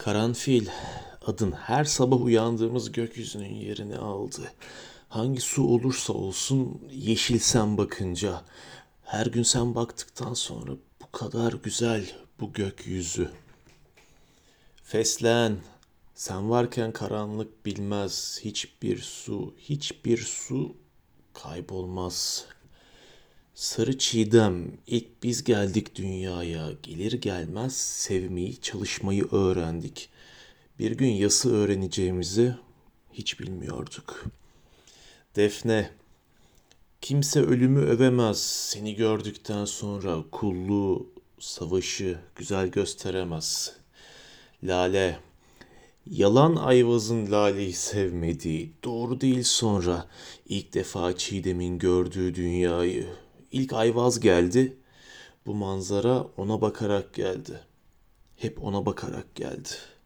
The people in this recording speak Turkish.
Karanfil, adın her sabah uyandığımız gökyüzünün yerini aldı. Hangi su olursa olsun yeşil sen bakınca, her gün sen baktıktan sonra bu kadar güzel bu gökyüzü. Fesleğen, sen varken karanlık bilmez, hiçbir su kaybolmaz. Sarı çiğdem, ilk biz geldik dünyaya, gelir gelmez sevmeyi, çalışmayı öğrendik. Bir gün yası öğreneceğimizi hiç bilmiyorduk. Defne, kimse ölümü övemez, seni gördükten sonra kulluğu, savaşı güzel gösteremez. Lale, yalan Ayvaz'ın Lale'yi sevmediği, doğru değil sonra ilk defa Çiğdem'in gördüğü dünyayı. İlk Ayvaz geldi, bu manzara ona bakarak geldi. Hep ona bakarak geldi.